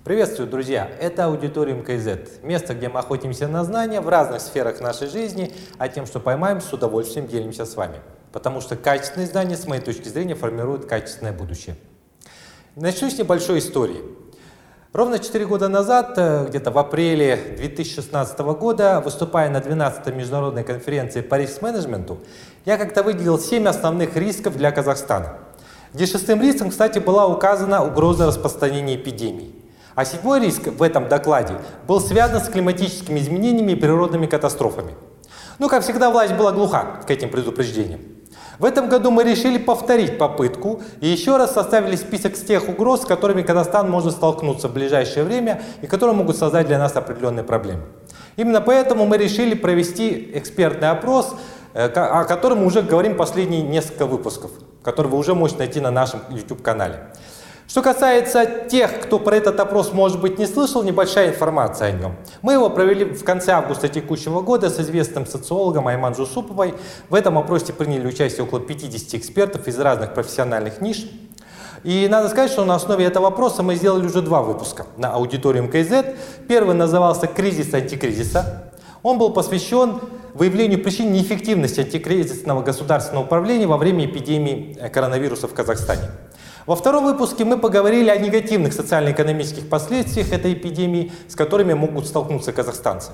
Приветствую, друзья! Это Аудиториум КЗ. Место, где мы охотимся на знания в разных сферах нашей жизни, а тем, что поймаем, с удовольствием делимся с вами. Потому что качественные знания, с моей точки зрения, формируют качественное будущее. Начну с небольшой истории. Ровно 4 года назад, где-то в апреле 2016 года, выступая на 12-й международной конференции по риск-менеджменту, я как-то выделил 7 основных рисков для Казахстана, где 6-м риском, кстати, была указана угроза распространения эпидемий. А 7-й риск в этом докладе был связан с климатическими изменениями и природными катастрофами. Но, как всегда, власть была глуха к этим предупреждениям. В этом году мы решили повторить попытку и еще раз составили список с тех угроз, с которыми Казахстан может столкнуться в ближайшее время и которые могут создать для нас определенные проблемы. Именно поэтому мы решили провести экспертный опрос, о котором мы уже говорим последние несколько выпусков, которые вы уже можете найти на нашем YouTube-канале. Что касается тех, кто про этот опрос, может быть, не слышал, небольшая информация о нем. Мы его провели в конце августа текущего года с известным социологом Айман Жусуповой. В этом опросе приняли участие около 50 экспертов из разных профессиональных ниш. И надо сказать, что на основе этого опроса мы сделали уже 2 выпуска на Аудиториум КЗ. Первый назывался «Кризис антикризиса». Он был посвящен выявлению причин неэффективности антикризисного государственного управления во время эпидемии коронавируса в Казахстане. Во втором выпуске мы поговорили о негативных социально-экономических последствиях этой эпидемии, с которыми могут столкнуться казахстанцы.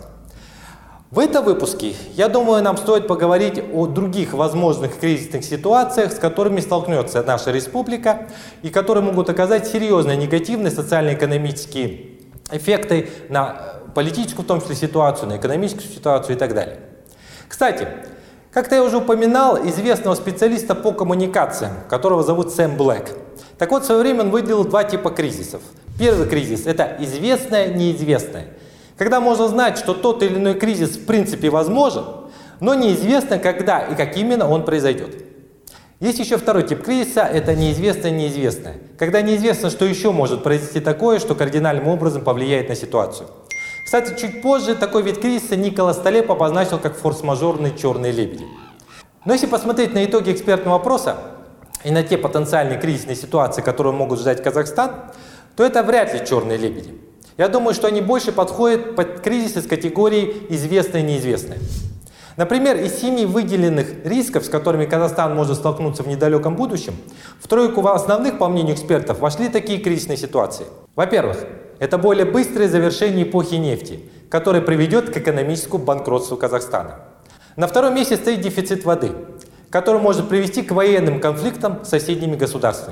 В этом выпуске, я думаю, нам стоит поговорить о других возможных кризисных ситуациях, с которыми столкнется наша республика и которые могут оказать серьезные негативные социально-экономические эффекты на политическую, в том числе, ситуацию, на экономическую ситуацию и так далее. Кстати, как-то я уже упоминал известного специалиста по коммуникациям, которого зовут Сэм Блэк. Так вот, в свое время он выделил 2 типа кризисов. Первый кризис – это известное, неизвестное. Когда можно знать, что тот или иной кризис в принципе возможен, но неизвестно, когда и как именно он произойдет. Есть еще второй тип кризиса – это неизвестное, неизвестное. Когда неизвестно, что еще может произойти такое, что кардинальным образом повлияет на ситуацию. Кстати, чуть позже такой вид кризиса Николас Талеб обозначил как форс-мажорные черные лебеди. Но если посмотреть на итоги экспертного опроса и на те потенциальные кризисные ситуации, которые могут ждать Казахстан, то это вряд ли черные лебеди. Я думаю, что они больше подходят под кризис из категории известное и неизвестное. Например, из 7 выделенных рисков, с которыми Казахстан может столкнуться в недалеком будущем, в тройку основных, по мнению экспертов, вошли такие кризисные ситуации. Во-первых, это более быстрое завершение эпохи нефти, которое приведет к экономическому банкротству Казахстана. На втором месте стоит дефицит воды, который может привести к военным конфликтам с соседними государствами.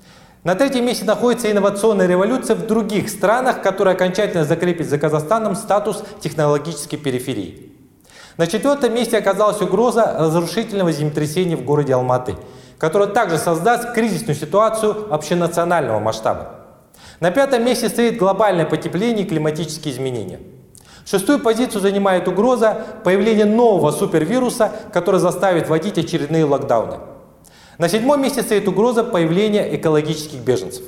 На третьем месте находится инновационная революция в других странах, которая окончательно закрепит за Казахстаном статус технологической периферии. На 4-м месте оказалась угроза разрушительного землетрясения в городе Алматы, которое также создаст кризисную ситуацию общенационального масштаба. На 5-м месте стоит глобальное потепление и климатические изменения. 6-ю позицию занимает угроза появления нового супервируса, который заставит вводить очередные локдауны. На 7-м месте стоит угроза появления экологических беженцев.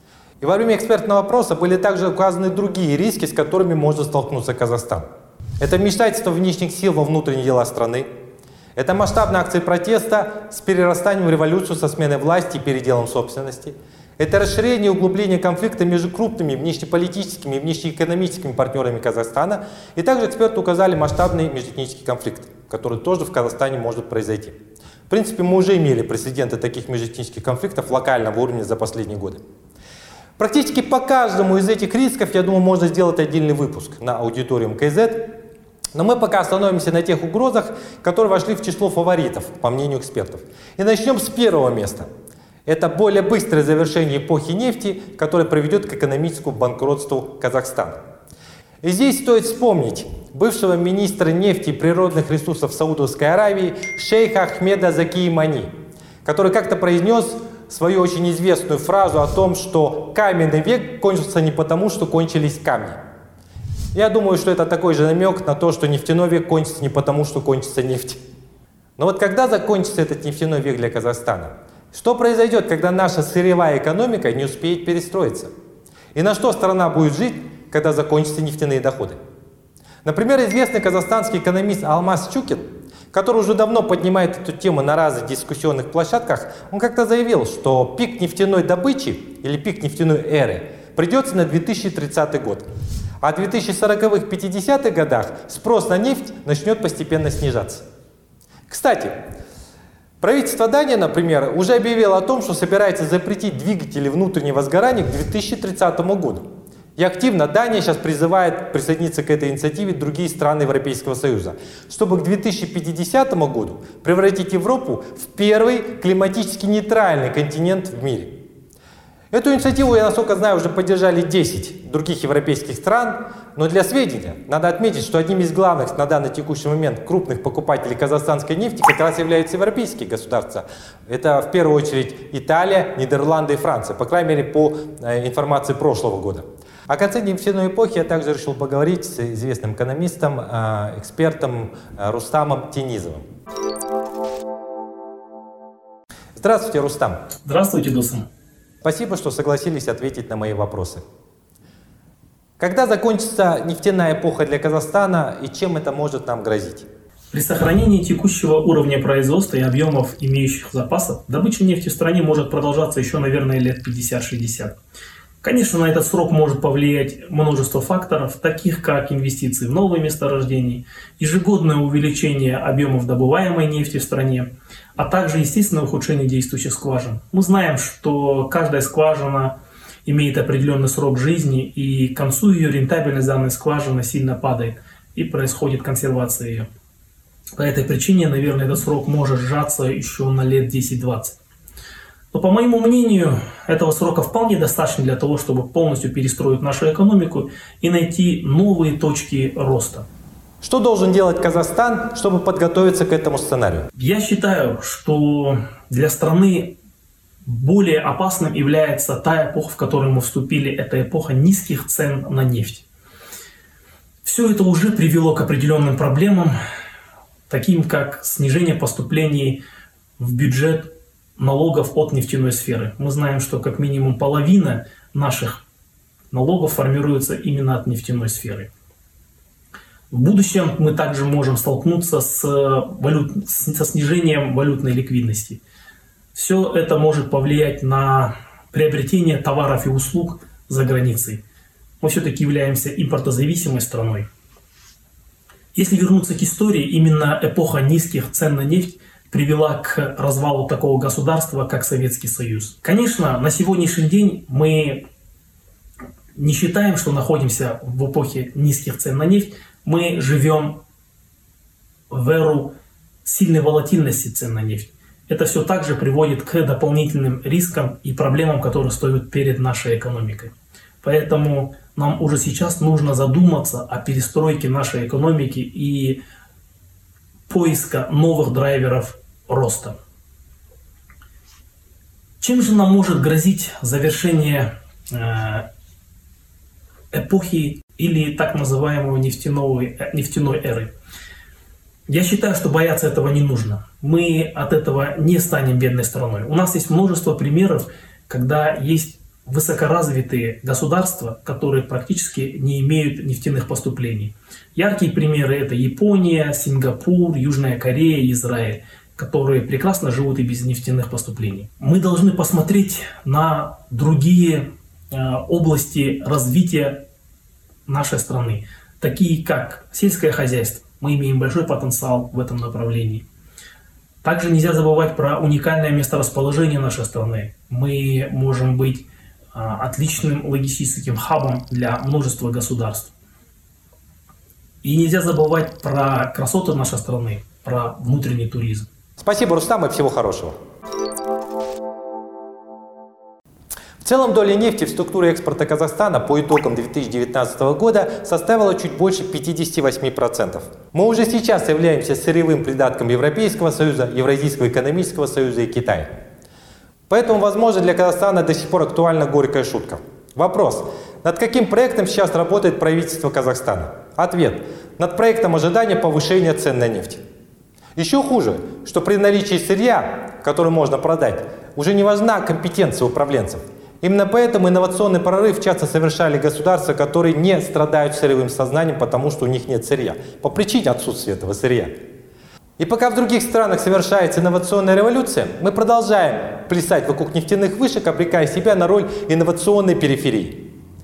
И во время экспертного опроса были также указаны другие риски, с которыми может столкнуться Казахстан. Это вмешательство внешних сил во внутренние дела страны. Это масштабные акции протеста с перерастанием в революцию со сменой власти и переделом собственности. Это расширение и углубление конфликта между крупными внешнеполитическими и внешнеэкономическими партнерами Казахстана. И также эксперты указали масштабный межэтнический конфликт, который тоже в Казахстане может произойти. В принципе, мы уже имели прецеденты таких межэтнических конфликтов локального уровня за последние годы. Практически по каждому из этих рисков, я думаю, можно сделать отдельный выпуск на Аудиториум КЗ. Но мы пока остановимся на тех угрозах, которые вошли в число фаворитов, по мнению экспертов. И начнем с первого места. Это более быстрое завершение эпохи нефти, которое приведет к экономическому банкротству Казахстана. И здесь стоит вспомнить бывшего министра нефти и природных ресурсов Саудовской Аравии шейха Ахмеда Заки Мани, который как-то произнес свою очень известную фразу о том, что каменный век кончился не потому, что кончились камни. Я думаю, что это такой же намек на то, что нефтяной век кончится не потому, что кончится нефть. Но вот когда закончится этот нефтяной век для Казахстана? Что произойдет, когда наша сырьевая экономика не успеет перестроиться? И на что страна будет жить, когда закончатся нефтяные доходы? Например, известный казахстанский экономист Алмаз Чукин, который уже давно поднимает эту тему на разных дискуссионных площадках, он как-то заявил, что пик нефтяной добычи или пик нефтяной эры придется на 2030 год. А в 2040-50-х годах спрос на нефть начнет постепенно снижаться. Кстати, правительство Дании, например, уже объявило о том, что собирается запретить двигатели внутреннего сгорания к 2030 году. И активно Дания сейчас призывает присоединиться к этой инициативе другие страны Европейского Союза, чтобы к 2050 году превратить Европу в первый климатически нейтральный континент в мире. Эту инициативу, я насколько знаю, уже поддержали 10 других европейских стран, но для сведения надо отметить, что одним из главных на данный текущий момент крупных покупателей казахстанской нефти как раз являются европейские государства. Это в первую очередь Италия, Нидерланды и Франция, по крайней мере по информации прошлого года. О конце нефтяной эпохи я также решил поговорить с известным экономистом, экспертом Рустамом Тенизовым. Здравствуйте, Рустам. Здравствуйте, Дусан. Спасибо, что согласились ответить на мои вопросы. Когда закончится нефтяная эпоха для Казахстана и чем это может нам грозить? При сохранении текущего уровня производства и объемов имеющих запасов, добыча нефти в стране может продолжаться еще, наверное, лет 50-60. Конечно, на этот срок может повлиять множество факторов, таких как инвестиции в новые месторождения, ежегодное увеличение объемов добываемой нефти в стране, а также естественное ухудшение действующих скважин. Мы знаем, что каждая скважина имеет определенный срок жизни, и к концу ее рентабельность данной скважины сильно падает, и происходит консервация ее. По этой причине, наверное, этот срок может сжаться еще на лет 10-20. Но, по моему мнению, этого срока вполне достаточно для того, чтобы полностью перестроить нашу экономику и найти новые точки роста. Что должен делать Казахстан, чтобы подготовиться к этому сценарию? Я считаю, что для страны более опасным является та эпоха, в которую мы вступили. Это эпоха низких цен на нефть. Все это уже привело к определенным проблемам, таким как снижение поступлений в бюджет налогов от нефтяной сферы. Мы знаем, что как минимум половина наших налогов формируется именно от нефтяной сферы. В будущем мы также можем столкнуться со снижением валютной ликвидности. Все это может повлиять на приобретение товаров и услуг за границей. Мы все-таки являемся импортозависимой страной. Если вернуться к истории, именно эпоха низких цен на нефть привела к развалу такого государства, как Советский Союз. Конечно, на сегодняшний день мы не считаем, что находимся в эпохе низких цен на нефть. Мы живем в эру сильной волатильности цен на нефть. Это все также приводит к дополнительным рискам и проблемам, которые стоят перед нашей экономикой. Поэтому нам уже сейчас нужно задуматься о перестройке нашей экономики и поиска новых драйверов роста. Чем же нам может грозить завершение эпохи или так называемой нефтяной эры? Я считаю, что бояться этого не нужно. Мы от этого не станем бедной страной. У нас есть множество примеров, когда есть высокоразвитые государства, которые практически не имеют нефтяных поступлений. Яркие примеры — это Япония, Сингапур, Южная Корея, Израиль, которые прекрасно живут и без нефтяных поступлений. Мы должны посмотреть на другие области развития нашей страны, такие как сельское хозяйство. Мы имеем большой потенциал в этом направлении. Также нельзя забывать про уникальное месторасположение нашей страны. Мы можем быть отличным логистическим хабом для множества государств. И нельзя забывать про красоты нашей страны, про внутренний туризм. Спасибо, Рустам, и всего хорошего. В целом доля нефти в структуре экспорта Казахстана по итогам 2019 года составила чуть больше 58%. Мы уже сейчас являемся сырьевым придатком Европейского Союза, Евразийского экономического союза и Китая. Поэтому, возможно, для Казахстана до сих пор актуальна горькая шутка. Вопрос: над каким проектом сейчас работает правительство Казахстана? Ответ: над проектом ожидания повышения цен на нефть. Еще хуже, что при наличии сырья, который можно продать, уже не важна компетенция управленцев. Именно поэтому инновационный прорыв часто совершали государства, которые не страдают сырьевым сознанием, потому что у них нет сырья, по причине отсутствия этого сырья. И пока в других странах совершается инновационная революция, мы продолжаем плясать вокруг нефтяных вышек, обрекая себя на роль инновационной периферии.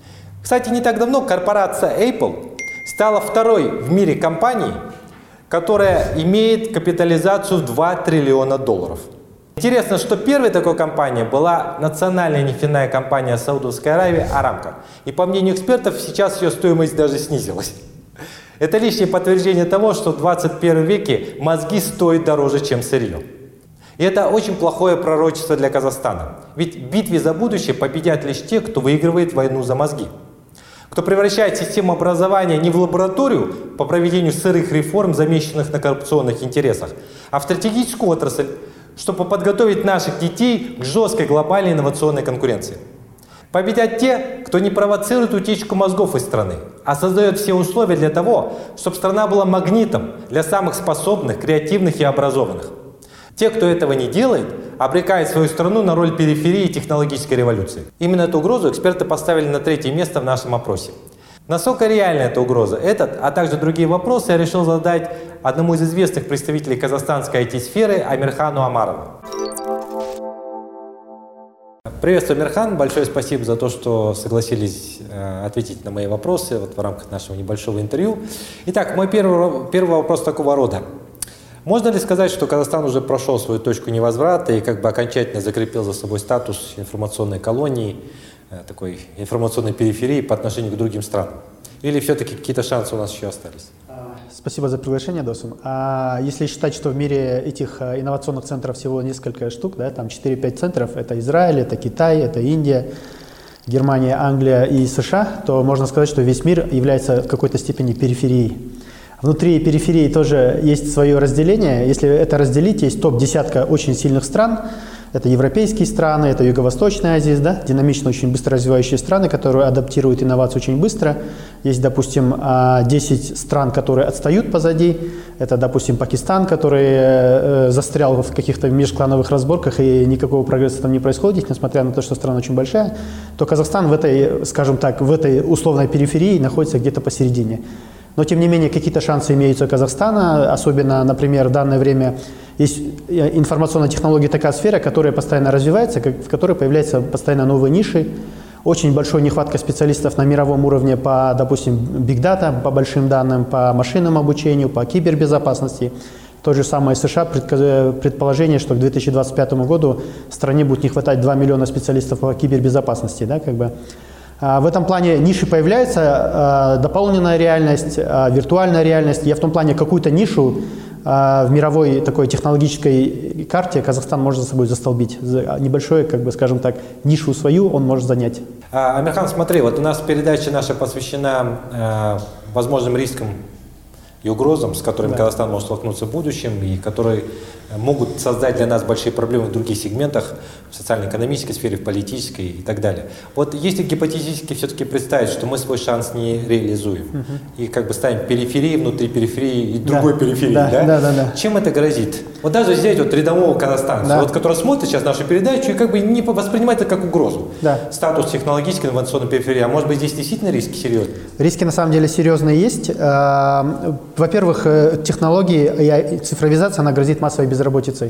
Кстати, не так давно корпорация Apple стала второй в мире компанией, которая имеет капитализацию в 2 триллиона долларов. Интересно, что первой такой компанией была национальная нефтяная компания Саудовской Аравии Арамко. И по мнению экспертов, сейчас ее стоимость даже снизилась. Это лишнее подтверждение того, что в 21 веке мозги стоят дороже, чем сырье. И это очень плохое пророчество для Казахстана. Ведь в битве за будущее победят лишь те, кто выигрывает войну за мозги. Кто превращает систему образования не в лабораторию по проведению сырых реформ, замешанных на коррупционных интересах, а в стратегическую отрасль, чтобы подготовить наших детей к жесткой глобальной инновационной конкуренции. Победят те, кто не провоцирует утечку мозгов из страны, а создает все условия для того, чтобы страна была магнитом для самых способных, креативных и образованных. Те, кто этого не делает, обрекают свою страну на роль периферии технологической революции. Именно эту угрозу эксперты поставили на 3-е место в нашем опросе. Насколько реальна эта угроза? Этот, а также другие вопросы я решил задать одному из известных представителей казахстанской IT-сферы Амирхану Омарову. Приветствую, Амирхан. Большое спасибо за то, что согласились ответить на мои вопросы в рамках нашего небольшого интервью. Итак, мой первый вопрос такого рода. Можно ли сказать, что Казахстан уже прошел свою точку невозврата и окончательно закрепил за собой статус информационной колонии, такой информационной периферии по отношению к другим странам? Или все-таки какие-то шансы у нас еще остались? Спасибо за приглашение, Досум. Если считать, что в мире этих инновационных центров всего несколько штук, да, там 4-5 центров, это Израиль, это Китай, это Индия, Германия, Англия и США, то можно сказать, что весь мир является в какой-то степени периферией. Внутри периферии тоже есть свое разделение. Если это разделить, есть топ-10 очень сильных стран. Это европейские страны, это Юго-Восточная Азия, да, динамично очень быстро развивающие страны, которые адаптируют инновации очень быстро. Есть, допустим, 10 стран, которые отстают позади. Это, допустим, Пакистан, который застрял в каких-то межклановых разборках, и никакого прогресса там не происходит, несмотря на то, что страна очень большая. То Казахстан в этой, скажем так, в этой условной периферии находится где-то посередине. Но, тем не менее, какие-то шансы имеются у Казахстана, особенно, например, в данное время есть информационная технология такая сфера, которая постоянно развивается, в которой появляются постоянно новые ниши. Очень большая нехватка специалистов на мировом уровне по, допустим, big data, по большим данным, по машинному обучению, по кибербезопасности. То же самое США, предположение, что к 2025 году в стране будет не хватать 2 миллиона специалистов по кибербезопасности, да, как бы. В этом плане ниши появляются, дополненная реальность, виртуальная реальность. Я в том плане какую-то нишу в мировой такой технологической карте Казахстан может за собой застолбить. Небольшую, как бы, скажем так, нишу свою он может занять. Амирхан, смотри, вот у нас передача наша посвящена возможным рискам и угрозам, с которыми Казахстан может столкнуться в будущем, и которые могут создать для нас большие проблемы в других сегментах, в социально-экономической сфере, в политической и так далее. Вот если гипотетически все-таки представить, что мы свой шанс не реализуем, и как бы станем периферией внутри периферии и другой периферии, да? Чем это грозит? Вот даже взять вот рядового казахстанца, вот, который смотрит сейчас нашу передачу и как бы не воспринимает это как угрозу. Статус технологической инновационной периферии. А может быть, здесь действительно риски серьезные? Риски на самом деле серьезные есть. Во-первых, технологии и цифровизация, она грозит массовой безработицей.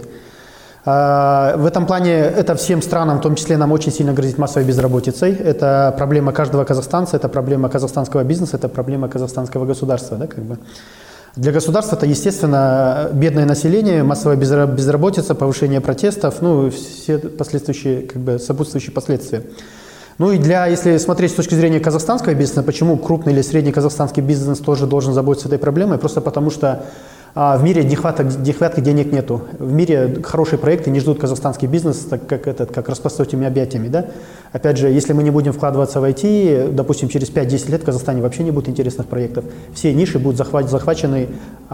В этом плане это всем странам, в том числе нам, очень сильно грозит массовой безработицей. Это проблема каждого казахстанца, это проблема казахстанского бизнеса, это проблема казахстанского государства. Да, как бы. Для государства это, естественно, бедное население, массовая безработица, повышение протестов, ну, все последующие, как бы, сопутствующие последствия. Ну и если смотреть с точки зрения казахстанского бизнеса, почему крупный или средний казахстанский бизнес тоже должен заботиться этой проблемой? Просто потому что в мире нехватки денег нету. В мире хорошие проекты не ждут казахстанский бизнес, так как распростертыми объятиями. Да? Опять же, если мы не будем вкладываться в IT, допустим, через 5-10 лет в Казахстане вообще не будет интересных проектов. Все ниши будут захвачены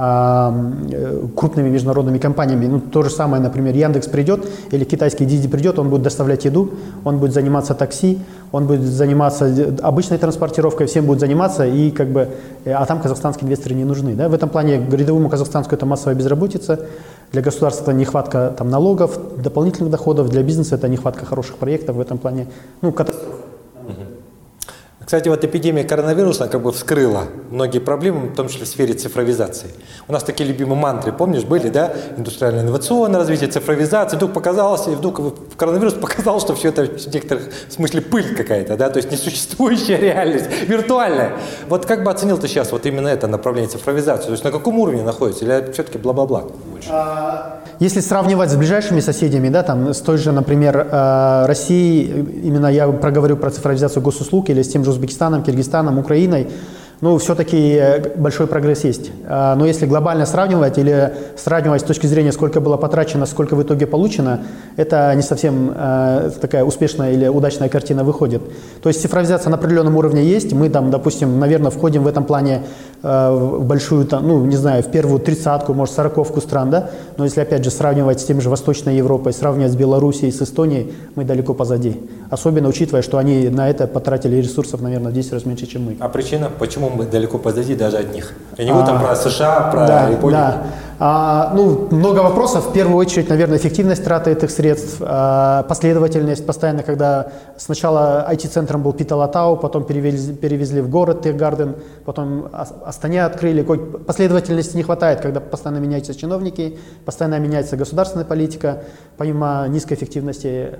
крупными международными компаниями. Ну, то же самое, например, Яндекс придет или китайский Диди придет, он будет доставлять еду, он будет заниматься такси, он будет заниматься обычной транспортировкой, всем будет заниматься, и как бы, а там казахстанские инвесторы не нужны. Да? В этом плане рядовому казахстанцу это массовая безработица, для государства это нехватка там, налогов, дополнительных доходов, для бизнеса это нехватка хороших проектов, в этом плане, ну, катастрофа. Кстати, вот эпидемия коронавируса как бы вскрыла многие проблемы, в том числе в сфере цифровизации. У нас такие любимые мантры, помнишь, были, да? Индустриально-инновационное развитие, цифровизация. Вдруг показалось, и вдруг коронавирус показал, что все это в некоторых смысле пыль какая-то, да? То есть несуществующая реальность, виртуальная. Вот как бы оценил ты сейчас вот именно это направление цифровизации? То есть на каком уровне находится? Или все-таки бла-бла-бла больше? Если сравнивать с ближайшими соседями, да, там, с той же, например, Россией, именно я проговорю про цифровизацию госуслуг, или с тем же Узбекистаном, Киргизстаном, Украиной, ну, все-таки большой прогресс есть. Но если глобально сравнивать или сравнивать с точки зрения, сколько было потрачено, сколько в итоге получено, это не совсем такая успешная или удачная картина выходит. То есть цифровизация на определенном уровне есть. Мы там, допустим, наверное, входим в этом плане в большую, там, ну, не знаю, в первую 30-ку, может, 40-ку стран, да? Но если, опять же, сравнивать с тем же Восточной Европой, сравнивать с Белоруссией, с Эстонией, мы далеко позади. Особенно учитывая, что они на это потратили ресурсов, наверное, в 10 раз меньше, чем мы. А причина, почему мы далеко позади даже от них? Я не говорю там про США, про Японию. Да. Ну, много вопросов. В первую очередь, наверное, эффективность траты этих средств, последовательность. Постоянно, когда сначала IT-центром был Питалатау, потом перевезли в город Тиргарден, потом Астане открыли. Последовательности не хватает, когда постоянно меняются чиновники, постоянно меняется государственная политика, помимо низкой эффективности,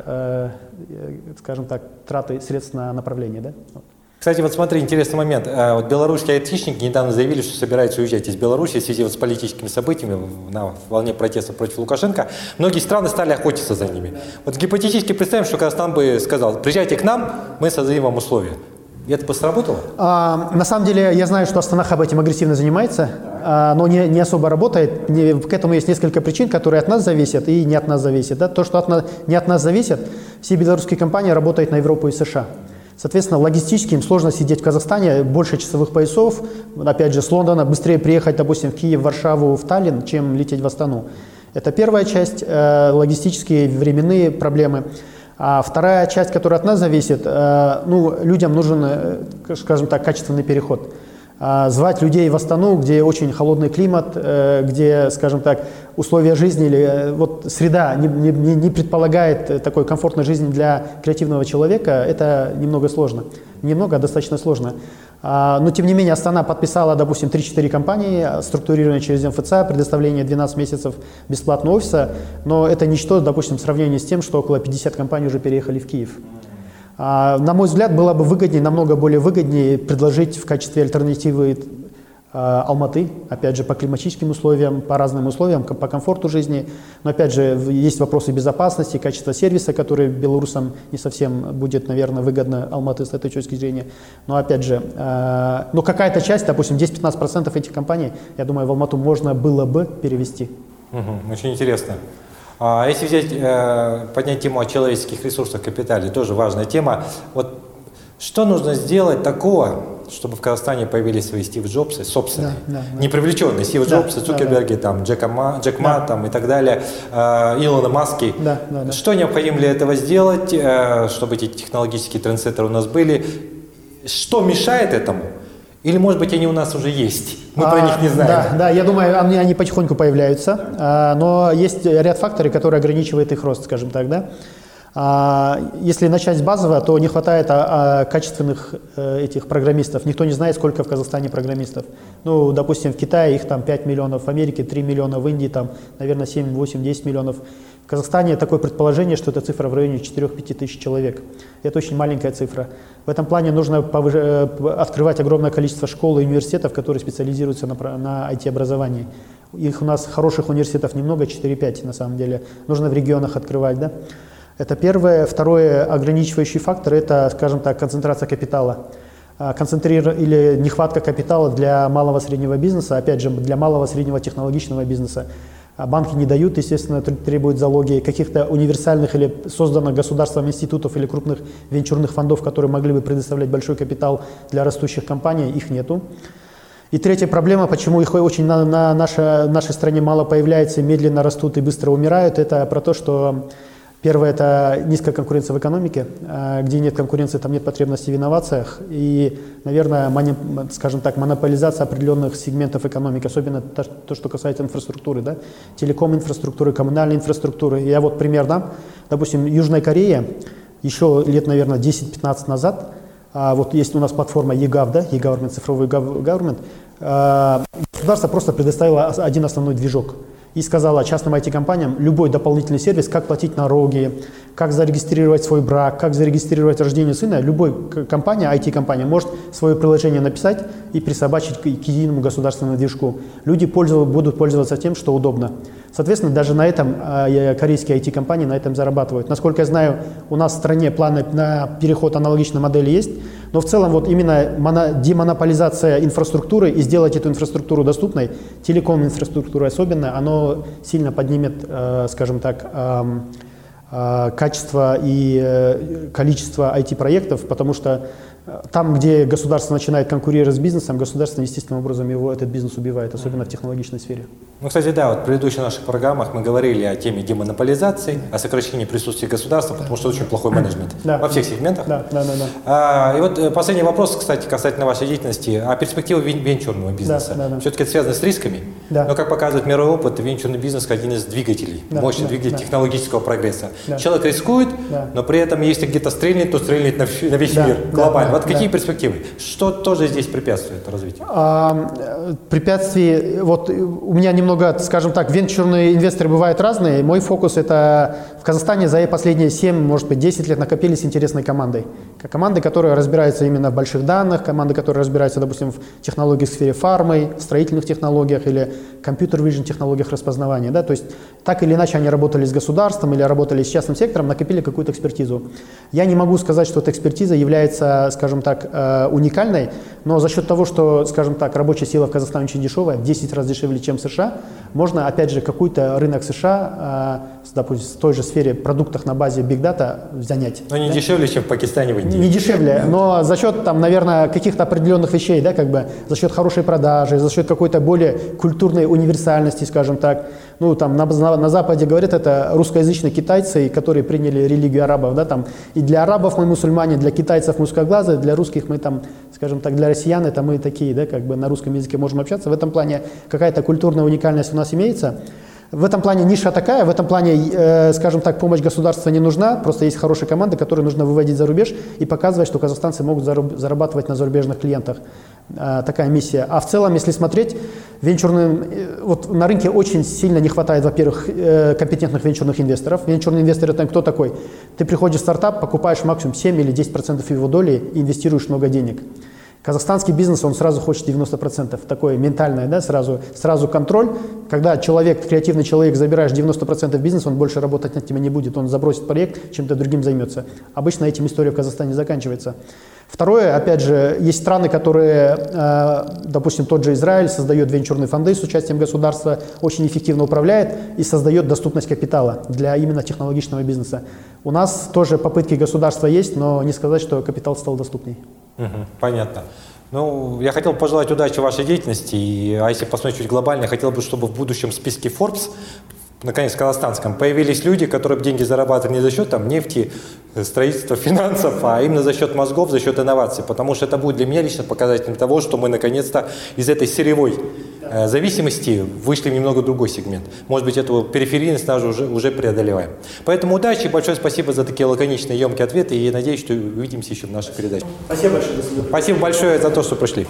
скажем так, траты средств на направление. Да? Кстати, вот смотри, интересный момент. Вот белорусские айтишники недавно заявили, что собираются уезжать из Беларуси в связи вот с политическими событиями на волне протестов против Лукашенко. Многие страны стали охотиться за ними. Вот гипотетически представим, что Казахстан бы сказал: приезжайте к нам, мы создадим вам условия. И это бы сработало? На самом деле, я знаю, что Астана Хаб этим агрессивно занимается, но не особо работает. К этому есть несколько причин, которые от нас зависят и не от нас зависят. Да? То, что не от нас зависит, все белорусские компании работают на Европу и США. Соответственно, логистически им сложно сидеть в Казахстане, больше часовых поясов. Опять же, с Лондона быстрее приехать, допустим, в Киев, Варшаву, в Таллин, чем лететь в Астану. Это первая часть, логистические, временные проблемы. А вторая часть, которая от нас зависит, людям нужен, скажем так, качественный переход. Звать людей в Астану, где очень холодный климат, где, скажем так, условия жизни или вот среда не предполагает такой комфортной жизни для креативного человека, это немного сложно. Немного, а достаточно сложно. Но, тем не менее, Астана подписала, допустим, 3-4 компании, структурированные через МФЦ, предоставление 12 месяцев бесплатного офиса, но это ничто, допустим, в сравнении с тем, что около 50 компаний уже переехали в Киев. На мой взгляд, было бы выгоднее, намного более выгоднее предложить в качестве альтернативы Алматы, опять же, по климатическим условиям, по разным условиям, по комфорту жизни. Но, опять же, есть вопросы безопасности, качества сервиса, который белорусам не совсем будет, наверное, выгодно Алматы с этой точки зрения. Но, опять же, какая-то часть, допустим, 10-15% этих компаний, я думаю, в Алмату можно было бы перевести. Очень интересно. Если взять, поднять тему о человеческих ресурсах, капитале, тоже важная тема. Вот что нужно сделать такого, чтобы в Казахстане появились свои Стив Джобсы, собственные, не привлеченные Стив Джобсы, Цукерберги, там, Джек Ма там, и так далее, Илона Маски. Что необходимо для этого сделать, чтобы эти технологические трендсеттеры у нас были? Что мешает этому? Или, может быть, они у нас уже есть? Мы про них не знаем. Да, я думаю, они потихоньку появляются, но есть ряд факторов, которые ограничивают их рост, скажем так, да. Если начать с базового, то не хватает качественных этих программистов. Никто не знает, сколько в Казахстане программистов. Ну, допустим, в Китае их там 5 миллионов, в Америке 3 миллиона, в Индии там, наверное, 7, 8, 10 миллионов. В Казахстане такое предположение, что эта цифра в районе 4-5 тысяч человек. Это очень маленькая цифра. В этом плане нужно открывать огромное количество школ и университетов, которые специализируются на IT-образовании. Их у нас хороших университетов немного, 4-5 на самом деле. Нужно в регионах открывать, да? Это первое. Второе, ограничивающий фактор – это, скажем так, концентрация капитала. Или нехватка капитала для малого среднего бизнеса, опять же, для малого среднего технологичного бизнеса. Банки не дают, естественно, требуют залоги каких-то универсальных или созданных государством институтов или крупных венчурных фондов, которые могли бы предоставлять большой капитал для растущих компаний, их нету. И третья проблема, почему их очень на нашей стране мало появляется, медленно растут и быстро умирают, это про то, что первое – это низкая конкуренция в экономике. Где нет конкуренции, там нет потребности в инновациях. И, наверное, скажем так, монополизация определенных сегментов экономики, особенно то, что касается инфраструктуры, да? Телеком-инфраструктуры, коммунальной инфраструктуры. Я вот пример дам. Допустим, Южная Корея еще лет, наверное, 10-15 назад вот есть у нас платформа eGov, да, e-government, цифровой government, государство просто предоставило один основной движок и сказала частным IT-компаниям любой дополнительный сервис, как платить налоги, как зарегистрировать свой брак, как зарегистрировать рождение сына. Любой компания, IT-компания может свое приложение написать и присобачить к единому государственному движку. Люди будут пользоваться тем, что удобно. Соответственно, даже на этом корейские IT-компании на этом зарабатывают. Насколько я знаю, у нас в стране планы на переход аналогичной модели есть, но в целом вот именно демонополизация инфраструктуры и сделать эту инфраструктуру доступной, телеком-инфраструктуру особенно, оно сильно поднимет, скажем так, качество и количество IT-проектов, потому что там, где государство начинает конкурировать с бизнесом, государство естественным образом этот бизнес убивает, особенно в технологичной сфере. Ну, кстати, да, вот в предыдущих наших программах мы говорили о теме демонополизации, о сокращении присутствия государства, потому что очень плохой менеджмент во всех сегментах. И вот последний вопрос, кстати, касательно вашей деятельности, о перспективе венчурного бизнеса. Все-таки это связано с рисками, но, как показывает мировой опыт, венчурный бизнес один из двигателей, мощный двигатель технологического прогресса. Человек рискует, но при этом, если где-то стрельнет, то стрельнет на весь мир, глобально. Вот какие перспективы? Что тоже здесь препятствует развитию? Препятствий, вот у меня немного, скажем так, венчурные инвесторы бывают разные. Мой фокус это в Казахстане за последние 7, может быть, 10 лет накопились интересной командой. Команды, которые разбираются именно в больших данных, команды, которые разбираются, допустим, в технологиях в сфере фармы, в строительных технологиях или компьютер-вижн технологиях распознавания. Да? То есть так или иначе они работали с государством или работали с частным сектором, накопили какую-то экспертизу. Я не могу сказать, что эта экспертиза является, скажем так, уникальной, но за счет того, что, скажем так, рабочая сила в Казахстане очень дешевая, в 10 раз дешевле, чем в США, можно, опять же, какой-то рынок США, допустим, в той же сфере продуктов на базе Big Data занять. Но не дешевле, чем в Пакистане, в Индии. Не дешевле, но за счет, там, наверное, каких-то определенных вещей, да, как бы, за счет хорошей продажи, за счет какой-то более культурной универсальности, скажем так. Ну, там, на Западе говорят, это русскоязычные китайцы, которые приняли религию арабов, да, там, и для арабов мы мусульмане, для китайцев мы узкоглазые, для русских мы там, скажем так, для россиян это мы такие, да, как бы на русском языке можем общаться. В этом плане какая-то культурная уникальность у нас имеется. В этом плане ниша такая, в этом плане, скажем так, помощь государства не нужна, просто есть хорошие команды, которые нужно выводить за рубеж и показывать, что казахстанцы могут зарабатывать на зарубежных клиентах. Такая миссия. А в целом, если смотреть, вот на рынке очень сильно не хватает, во-первых, компетентных венчурных инвесторов. Венчурный инвестор – это кто такой? Ты приходишь в стартап, покупаешь максимум 7 или 10% его доли и инвестируешь много денег. Казахстанский бизнес, он сразу хочет 90%, такое ментальное, да, сразу контроль. Когда креативный человек, забираешь 90% бизнеса, он больше работать над тебя не будет, он забросит проект, чем-то другим займется. Обычно этим история в Казахстане заканчивается. Второе, опять же, есть страны, которые, допустим, тот же Израиль создает венчурные фонды с участием государства, очень эффективно управляет и создает доступность капитала для именно технологичного бизнеса. У нас тоже попытки государства есть, но не сказать, что капитал стал доступней. Понятно. Ну, я хотел пожелать удачи в вашей деятельности, а если посмотреть чуть глобально, я хотел бы, чтобы в будущем списке Forbes, наконец, в казахстанском, появились люди, которые деньги зарабатывают не за счет там, нефти, строительства, финансов, а именно за счет мозгов, за счет инноваций. Потому что это будет для меня лично показателем того, что мы наконец-то из этой сырьевой зависимости вышли в немного другой сегмент. Может быть, эту периферийность нашу уже преодолеваем. Поэтому удачи, большое спасибо за такие лаконичные, емкие ответы, и надеюсь, что увидимся еще в нашей передаче. Спасибо большое. До свидания. Спасибо большое за то, что пришли.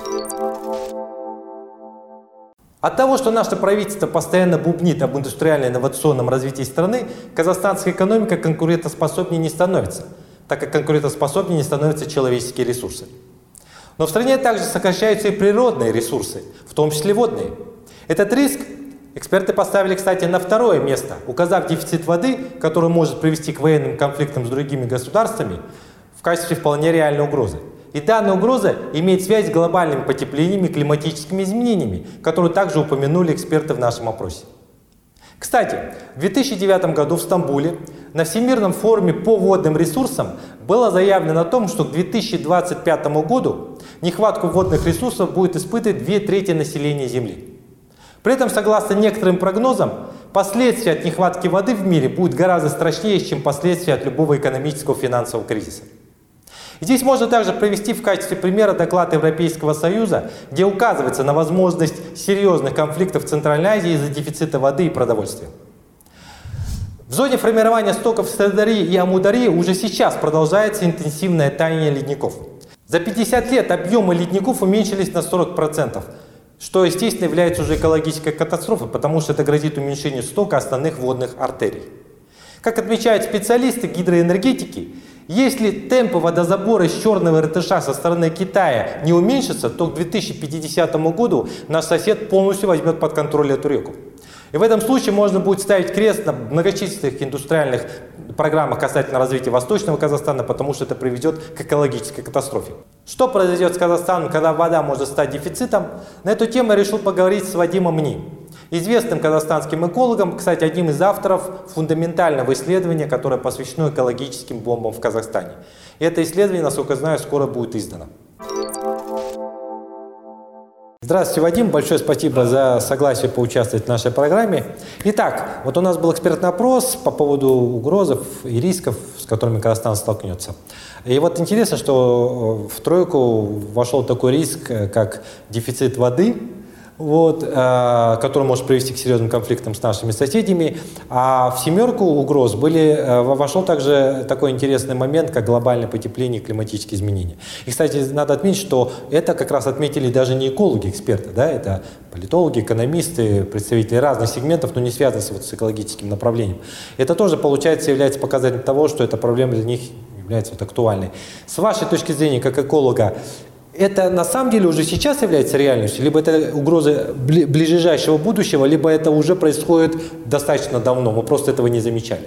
От того, что наше правительство постоянно бубнит об индустриально-инновационном развитии страны, казахстанская экономика конкурентоспособнее не становится, так как конкурентоспособнее не становятся человеческие ресурсы. Но в стране также сокращаются и природные ресурсы, в том числе водные. Этот риск эксперты поставили, кстати, на второе место, указав дефицит воды, который может привести к военным конфликтам с другими государствами, в качестве вполне реальной угрозы. И данная угроза имеет связь с глобальными потеплениями и климатическими изменениями, которые также упомянули эксперты в нашем опросе. Кстати, в 2009 году в Стамбуле на Всемирном форуме по водным ресурсам было заявлено о том, что к 2025 году нехватку водных ресурсов будет испытывать 2/3 населения Земли. При этом, согласно некоторым прогнозам, последствия от нехватки воды в мире будут гораздо страшнее, чем последствия от любого экономического финансового кризиса. Здесь можно также привести в качестве примера доклад Европейского Союза, где указывается на возможность серьезных конфликтов в Центральной Азии из-за дефицита воды и продовольствия. В зоне формирования стоков Сырдарьи и Амударьи уже сейчас продолжается интенсивное таяние ледников. За 50 лет объемы ледников уменьшились на 40%, что, естественно, является уже экологической катастрофой, потому что это грозит уменьшению стока основных водных артерий. Как отмечают специалисты гидроэнергетики, если темпы водозабора из Черного Иртыша со стороны Китая не уменьшатся, то к 2050 году наш сосед полностью возьмет под контроль эту реку. И в этом случае можно будет ставить крест на многочисленных индустриальных программах касательно развития Восточного Казахстана, потому что это приведет к экологической катастрофе. Что произойдет с Казахстаном, когда вода может стать дефицитом? На эту тему я решил поговорить с Вадимом Ни, известным казахстанским экологом, кстати, одним из авторов фундаментального исследования, которое посвящено экологическим бомбам в Казахстане. И это исследование, насколько я знаю, скоро будет издано. Здравствуйте, Вадим. Большое спасибо за согласие поучаствовать в нашей программе. Итак, вот у нас был экспертный опрос по поводу угроз и рисков, с которыми Казахстан столкнется. И вот интересно, что в тройку вошел такой риск, как дефицит воды, который может привести к серьезным конфликтам с нашими соседями. А в семерку угроз вошел также такой интересный момент, как глобальное потепление и климатические изменения. И, кстати, надо отметить, что это как раз отметили даже не экологи, эксперты, да, это политологи, экономисты, представители разных сегментов, но не связаны с экологическим направлением. Это тоже, получается, является показателем того, что эта проблема для них является актуальной. С вашей точки зрения, как эколога, это на самом деле уже сейчас является реальностью, либо это угрозы ближайшего будущего, либо это уже происходит достаточно давно, мы просто этого не замечали?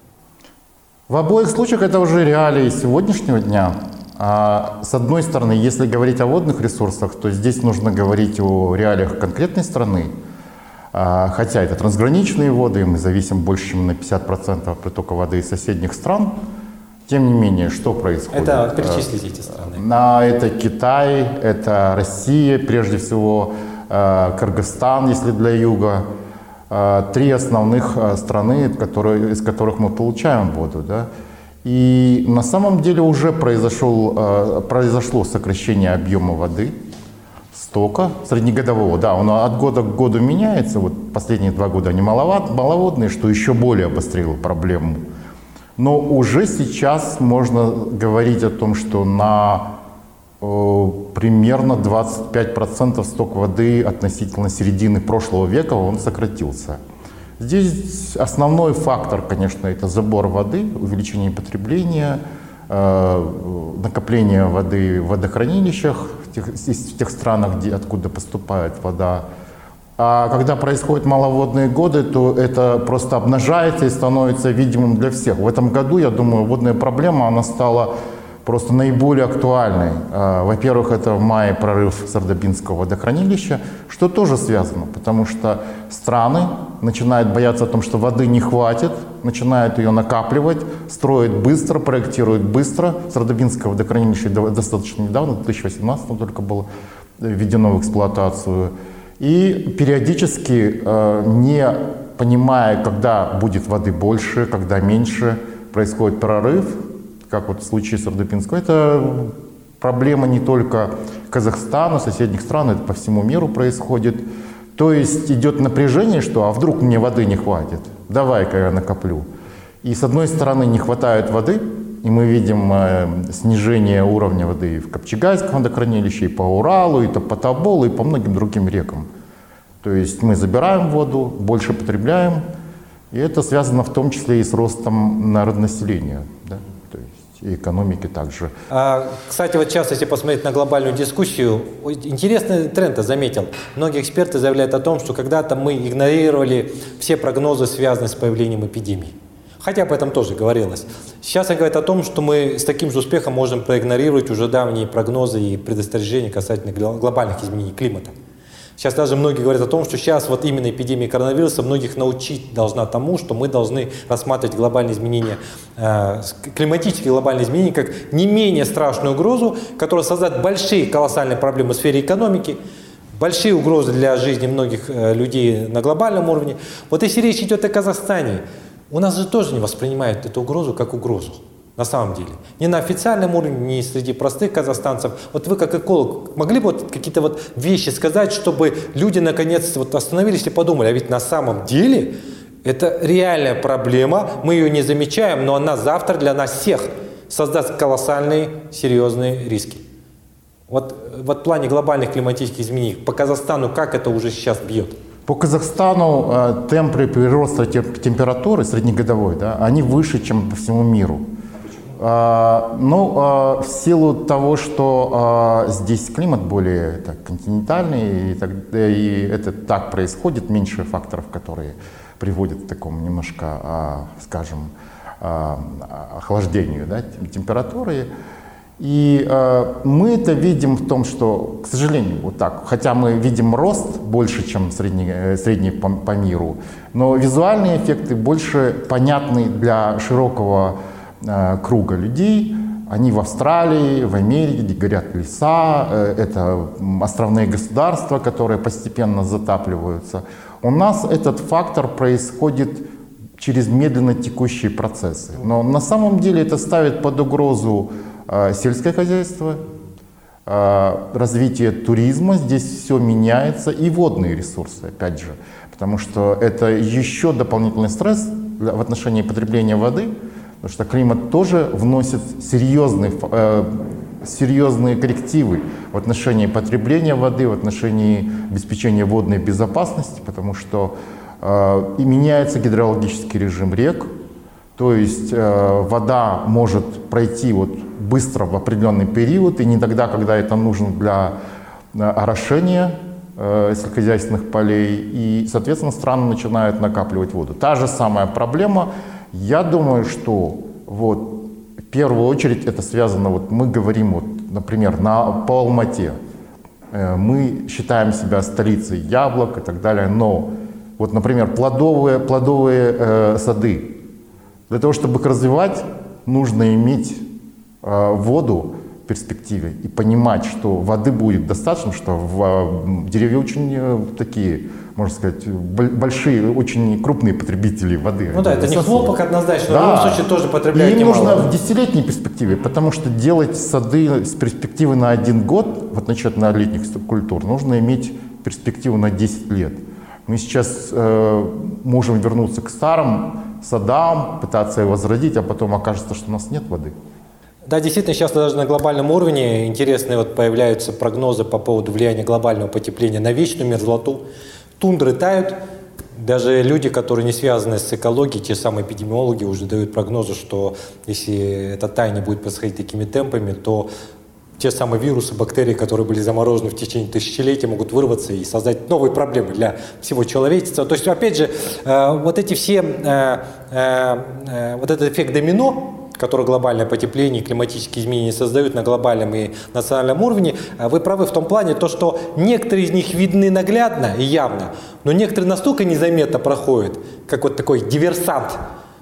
В обоих случаях это уже реалии сегодняшнего дня. С одной стороны, если говорить о водных ресурсах, то здесь нужно говорить о реалиях конкретной страны. Хотя это трансграничные воды, и мы зависим больше, чем на 50% от притока воды из соседних стран. Тем не менее, что происходит? Это перечислите эти страны. Это Китай, это Россия, прежде всего Кыргызстан, если для юга. Три основных страны, из которых мы получаем воду. Да? И на самом деле уже произошло сокращение объема воды, стока среднегодового. Да, он от года к году меняется. Вот последние 2 года они маловодные, что еще более обострило проблему. Но уже сейчас можно говорить о том, что на примерно 25% сток воды относительно середины прошлого века он сократился. Здесь основной фактор, конечно, это забор воды, увеличение потребления, накопление воды в водохранилищах в тех странах, откуда поступает вода. А когда происходят маловодные годы, то это просто обнажается и становится видимым для всех. В этом году, я думаю, водная проблема, она стала просто наиболее актуальной. Во-первых, это в мае прорыв Сардобинского водохранилища, что тоже связано, потому что страны начинают бояться о том, что воды не хватит, начинают ее накапливать, строят быстро, проектируют быстро. Сардобинское водохранилище достаточно недавно, в 2018 только было введено в эксплуатацию. И периодически, не понимая, когда будет воды больше, когда меньше, происходит прорыв, как вот в случае Сардобинского. Это проблема не только Казахстана, соседних стран, это по всему миру происходит. То есть идет напряжение, что а вдруг мне воды не хватит, давай-ка я накоплю. И с одной стороны не хватает воды, и мы видим снижение уровня воды и в Капчегайском водохранилище, и по Уралу, и по Тоболу, и по многим другим рекам. То есть мы забираем воду, больше потребляем, и это связано в том числе и с ростом народонаселения, да? То есть и экономики также. Кстати, вот сейчас, если посмотреть на глобальную дискуссию, интересный тренд я заметил. Многие эксперты заявляют о том, что когда-то мы игнорировали все прогнозы, связанные с появлением эпидемий. Хотя об этом тоже говорилось. Сейчас они говорят о том, что мы с таким же успехом можем проигнорировать уже давние прогнозы и предостережения касательно глобальных изменений климата. Сейчас даже многие говорят о том, что сейчас вот именно эпидемия коронавируса многих научить должна тому, что мы должны рассматривать глобальные изменения, климатические глобальные изменения как не менее страшную угрозу, которая создаст большие колоссальные проблемы в сфере экономики, большие угрозы для жизни многих людей на глобальном уровне. Вот если речь идет о Казахстане, у нас же тоже не воспринимают эту угрозу как угрозу, на самом деле. Ни на официальном уровне, ни среди простых казахстанцев. Вот вы как эколог могли бы вот какие-то вот вещи сказать, чтобы люди наконец вот остановились и подумали, а ведь на самом деле это реальная проблема, мы ее не замечаем, но она завтра для нас всех создаст колоссальные, серьезные риски. Вот в плане глобальных климатических изменений по Казахстану как это уже сейчас бьет? По Казахстану темпы прироста температуры среднегодовой, да, они выше, чем по всему миру. В силу того, что здесь климат более континентальный, и это так происходит, меньше факторов, которые приводят к такому немножко, скажем, охлаждению, да, температуры. И мы это видим в том, что, к сожалению, вот так, хотя мы видим рост больше, чем средний по миру, но визуальные эффекты больше понятны для широкого круга людей. Они в Австралии, в Америке, где горят леса, это островные государства, которые постепенно затапливаются. У нас этот фактор происходит через медленно текущие процессы. Но на самом деле это ставит под угрозу сельское хозяйство, развитие туризма, здесь все меняется, и водные ресурсы, опять же, потому что это еще дополнительный стресс в отношении потребления воды, потому что климат тоже вносит серьезные коррективы в отношении потребления воды, в отношении обеспечения водной безопасности, потому что и меняется гидрологический режим рек, то есть вода может пройти быстро в определенный период, и не тогда, когда это нужно для орошения сельскохозяйственных полей, и, соответственно, страны начинают накапливать воду. Та же самая проблема. Я думаю, что в первую очередь это связано, мы говорим, например, по Алмате. Мы считаем себя столицей яблок и так далее, но, например, плодовые сады. Для того, чтобы их развивать, нужно иметь воду в перспективе и понимать, что воды будет достаточно, что в деревья очень такие, можно сказать, большие, очень крупные потребители воды. Ну да, это не хлопок однозначно, но да. в любом случае тоже потребляют немало. Им нужно в десятилетней перспективе, потому что делать сады с перспективы на 1 год, в отличие от летних культур, нужно иметь перспективу на 10 лет. Мы сейчас можем вернуться к старым садам, пытаться их возродить, а потом окажется, что у нас нет воды. Да, действительно, сейчас даже на глобальном уровне интересные появляются прогнозы по поводу влияния глобального потепления на вечную мерзлоту. Тундры тают. Даже люди, которые не связаны с экологией, те самые эпидемиологи уже дают прогнозы, что если это таяние будет происходить такими темпами, то те самые вирусы, бактерии, которые были заморожены в течение тысячелетий, могут вырваться и создать новые проблемы для всего человечества. То есть, опять же, эти все, этот эффект домино, который глобальное потепление и климатические изменения создают на глобальном и национальном уровне, вы правы в том плане, что некоторые из них видны наглядно и явно, но некоторые настолько незаметно проходят, как такой диверсант,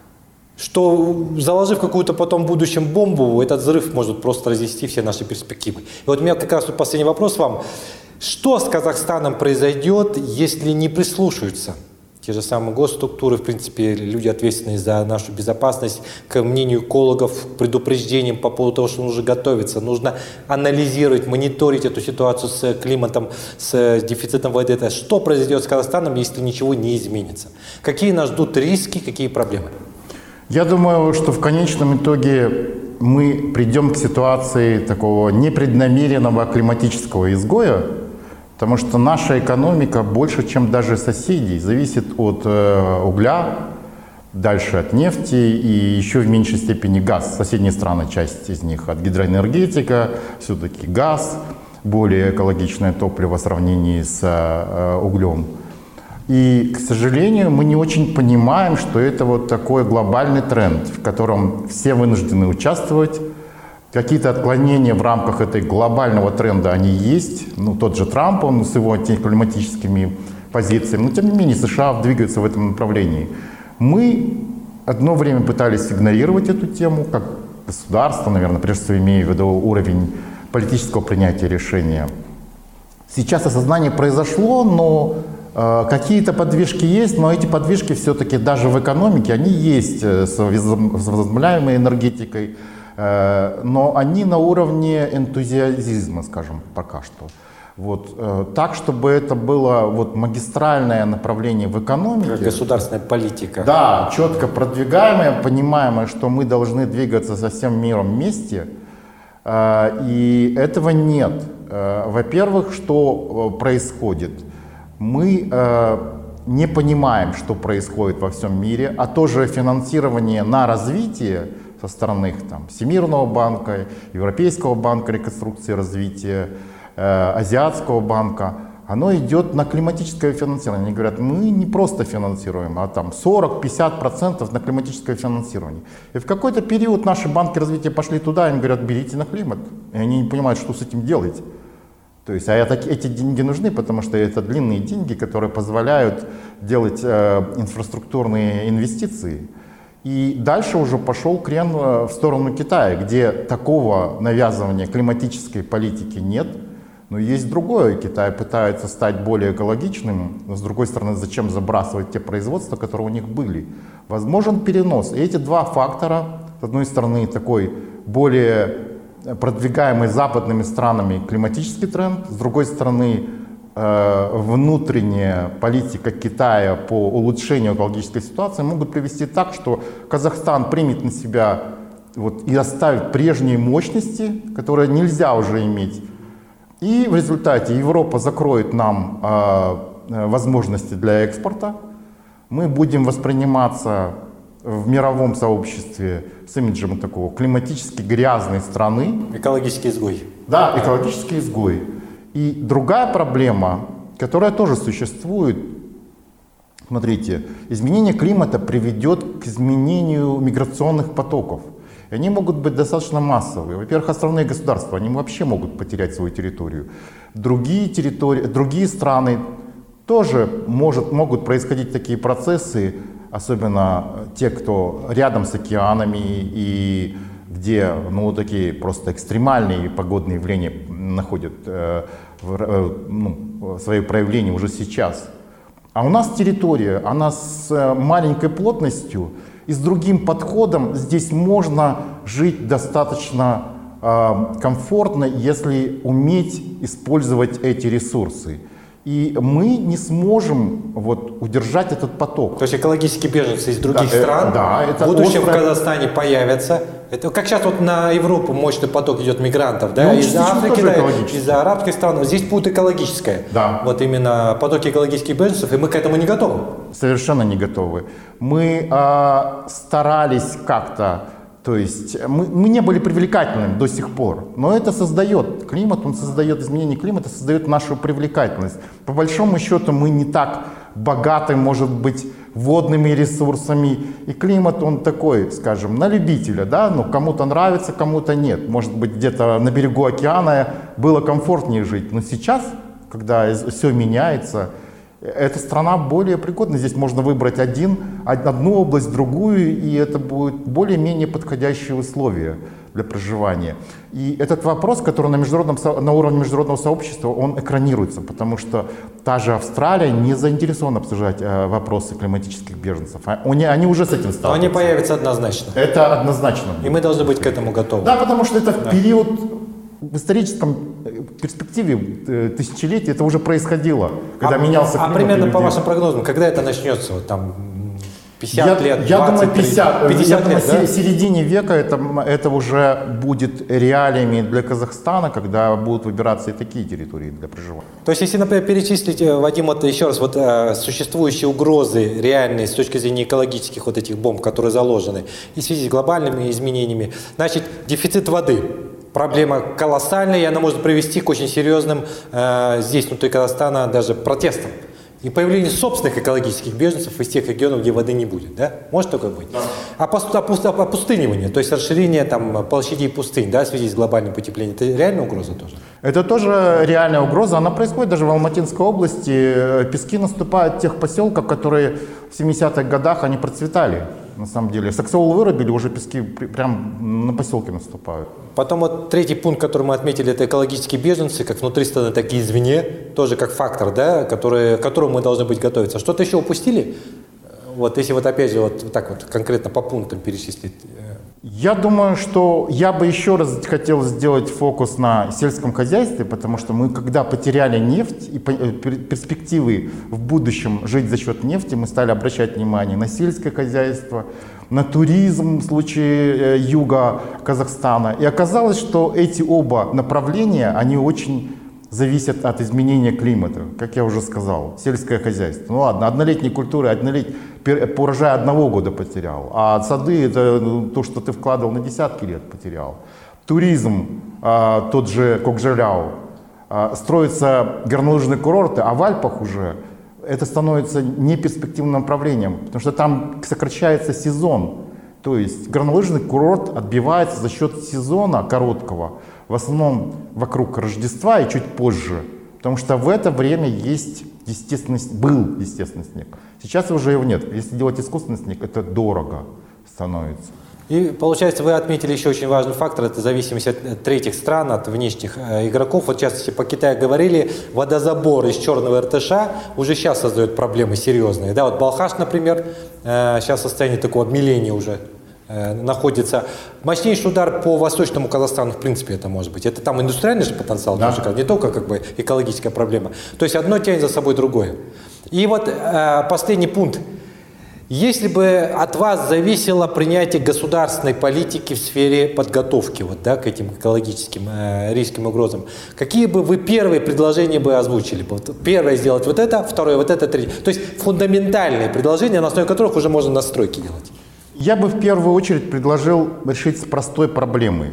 что, заложив какую-то потом в будущем бомбу, этот взрыв может просто разнести все наши перспективы. И у меня как раз последний вопрос вам. Что с Казахстаном произойдет, если не прислушаются те же самые госструктуры, в принципе, люди, ответственные за нашу безопасность, к мнению экологов, к предупреждениям по поводу того, что нужно готовиться, нужно анализировать, мониторить эту ситуацию с климатом, с дефицитом воды. Что произойдет с Казахстаном, если ничего не изменится? Какие нас ждут риски, какие проблемы? Я думаю, что в конечном итоге мы придем к ситуации такого непреднамеренного климатического изгоя, потому что наша экономика больше, чем даже соседей, зависит от угля, дальше от нефти и еще в меньшей степени газ. Соседние страны, часть из них от гидроэнергетика, все-таки газ, более экологичное топливо в сравнении с углем. И, к сожалению, мы не очень понимаем, что это такой глобальный тренд, в котором все вынуждены участвовать. Какие-то отклонения в рамках этой глобального тренда, они есть. Тот же Трамп, он с его антиклиматическими позициями, но тем не менее США двигаются в этом направлении. Мы одно время пытались игнорировать эту тему, как государство, наверное, прежде всего имея в виду уровень политического принятия решения. Сейчас осознание произошло, но какие-то подвижки есть, но эти подвижки все-таки даже в экономике, они есть с возобновляемой энергетикой, но они на уровне энтузиазма, скажем, пока что. Так, чтобы это было магистральное направление в экономике. Как государственная политика. Да, четко продвигаемое, понимаемое, что мы должны двигаться со всем миром вместе. И этого нет. Во-первых, что происходит? Мы не понимаем, что происходит во всем мире, а тоже финансирование на развитие со стороны Всемирного банка, Европейского банка реконструкции и развития, Азиатского банка, оно идет на климатическое финансирование. Они говорят, мы не просто финансируем, а 40-50% на климатическое финансирование. И в какой-то период наши банки развития пошли туда, им говорят, берите на климат. И они не понимают, что с этим делать. То есть, эти деньги нужны, потому что это длинные деньги, которые позволяют делать инфраструктурные инвестиции. И дальше уже пошел крен в сторону Китая, где такого навязывания климатической политики нет. Но есть другое. Китай пытается стать более экологичным, но с другой стороны, зачем забрасывать те производства, которые у них были? Возможен перенос. И эти два фактора, с одной стороны, такой более продвигаемый западными странами климатический тренд, с другой стороны, внутренняя политика Китая по улучшению экологической ситуации могут привести так, что Казахстан примет на себя и оставит прежние мощности, которые нельзя уже иметь. И в результате Европа закроет нам возможности для экспорта. Мы будем восприниматься в мировом сообществе с имиджем такого климатически грязной страны. Экологический изгой. Да, экологический изгой. И другая проблема, которая тоже существует, смотрите, изменение климата приведет к изменению миграционных потоков. И они могут быть достаточно массовые. Во-первых, островные государства, они вообще могут потерять свою территорию. Другие страны тоже могут происходить такие процессы, особенно те, кто рядом с океанами и где такие просто экстремальные погодные явления находят свои проявления уже сейчас. А у нас территория, она с маленькой плотностью и с другим подходом. Здесь можно жить достаточно комфортно, если уметь использовать эти ресурсы. И мы не сможем удержать этот поток. То есть экологические беженцы из других стран в будущем в Казахстане появятся. Это как сейчас на Европу мощный поток идет мигрантов, из Африки, из арабских стран. Здесь будет экологическое. Да. Именно потоки экологических беженцев, и мы к этому не готовы. Совершенно не готовы. Мы старались как-то. То есть мы не были привлекательными до сих пор, но это создает климат, он создает изменение климата, создает нашу привлекательность. По большому счету мы не так богаты, может быть, водными ресурсами, и климат он такой, скажем, на любителя, кому-то нравится, кому-то нет. Может быть, где-то на берегу океана было комфортнее жить, но сейчас, когда все меняется, эта страна более пригодна. Здесь можно выбрать одну область, другую, и это будут более-менее подходящие условия для проживания. И этот вопрос, который на уровне международного сообщества, он экранируется, потому что та же Австралия не заинтересована обсуждать вопросы климатических беженцев. Они уже с этим сталкиваются. Но они появятся однозначно. Это однозначно. И мы должны быть к этому готовы. Да, потому что это в период, в историческом перспективе тысячелетий это уже происходило, когда менялся климат. А примерно по вашим прогнозам, когда это начнется? 50 лет, 20, я думаю, 50 лет, в середине века это уже будет реалиями для Казахстана, когда будут выбираться и такие территории для проживания. То есть, если, например, перечислить, Вадим, еще раз, существующие угрозы реальные с точки зрения экологических этих бомб, которые заложены, и в связи с глобальными изменениями, значит, дефицит воды. Проблема колоссальная, и она может привести к очень серьезным здесь, внутри Казахстана, даже протестам. И появление собственных экологических беженцев из тех регионов, где воды не будет. Да? Может такое быть? Да. Опустынивание, то есть расширение площадей пустынь, в связи с глобальным потеплением, это реальная угроза тоже? Это тоже реальная угроза. Она происходит даже в Алматинской области. Пески наступают в тех поселках, которые в 70-х годах они процветали. На самом деле. Саксеол вырубили, уже пески прям на поселке наступают. Потом третий пункт, который мы отметили, это экологические беженцы, как внутри страны, так и извне, тоже как фактор, к которому мы должны быть готовиться. Что-то еще упустили? Если опять же так конкретно по пунктам перечислить. Я думаю, что я бы еще раз хотел сделать фокус на сельском хозяйстве, потому что мы, когда потеряли нефть и перспективы в будущем жить за счет нефти, мы стали обращать внимание на сельское хозяйство, на туризм в случае юга Казахстана. И оказалось, что эти оба направления, они очень зависят от изменения климата, как я уже сказал, сельское хозяйство. Ну ладно, однолетние культуры, по урожаю одного года потерял, а сады — это то, что ты вкладывал на десятки лет, потерял. Туризм, тот же Кокжеляу, строятся горнолыжные курорты, а в Альпах уже это становится неперспективным направлением, потому что там сокращается сезон. То есть горнолыжный курорт отбивается за счет сезона короткого, в основном вокруг Рождества и чуть позже, потому что в это время был естественный снег. Сейчас уже его нет. Если делать искусственный снег, это дорого становится. И получается, вы отметили еще очень важный фактор, это зависимость от третьих стран, от внешних игроков. Вот в частности по Китаю говорили, водозабор из черного Иртыша уже сейчас создает проблемы серьезные. Да, вот Балхаш, например, сейчас в состоянии такого обмеления уже находится. Мощнейший удар по восточному Казахстану, в принципе, это может быть. Это там индустриальный же потенциал, да. Тоже, не только как бы экологическая проблема. То есть одно тянет за собой другое. И вот последний пункт. Если бы от вас зависело принятие государственной политики в сфере подготовки вот, да, к этим экологическим рискам и угрозам, какие бы вы первые предложения бы озвучили? Вот, первое сделать вот это, второе вот это, третье. То есть фундаментальные предложения, на основе которых уже можно настройки делать. Я бы в первую очередь предложил решить с простой проблемой.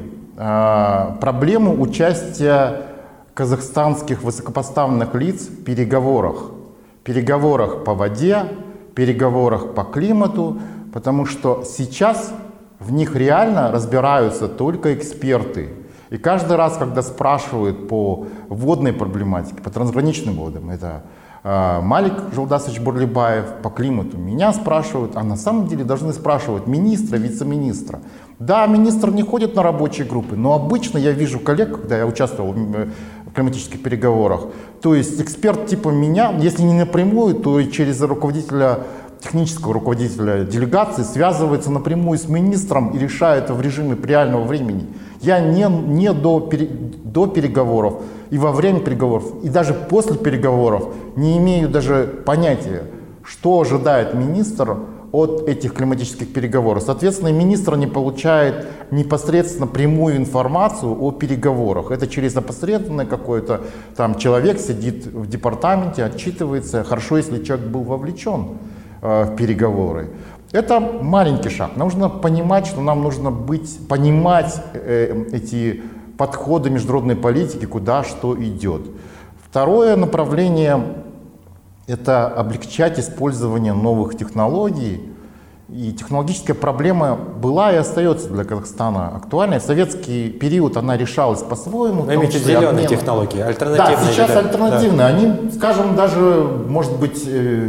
Проблему участия казахстанских высокопоставленных лиц в переговорах. Переговорах по воде, переговорах по климату, потому что сейчас в них реально разбираются только эксперты. И каждый раз, когда спрашивают по водной проблематике, по трансграничным водам, это Малик Жолдасович Бурлибаев, по климату меня спрашивают, а на самом деле должны спрашивать министра, вице-министра. Да, министр не ходит на рабочие группы, но обычно я вижу коллег, когда я участвовал в климатических переговорах, то есть эксперт типа меня, если не напрямую, то и через технического руководителя делегации связывается напрямую с министром и решает это в режиме реального времени. Я не до переговоров и во время переговоров, и даже после переговоров не имею даже понятия, что ожидает министр от этих климатических переговоров. Соответственно, министр не получает непосредственно прямую информацию о переговорах. Это через опосредованный какой-то там человек сидит в департаменте, отчитывается. Хорошо, если человек был вовлечен в переговоры. Это маленький шаг. Нужно понимать, что нам нужно понимать эти подходы международной политики, куда что идет. Второе направление — это облегчать использование новых технологий. И технологическая проблема была и остается для Казахстана актуальной. В советский период она решалась по-своему. Вы имеете зеленые технологии, альтернативные. Да, сейчас альтернативные. Да. Они, скажем, даже, может быть,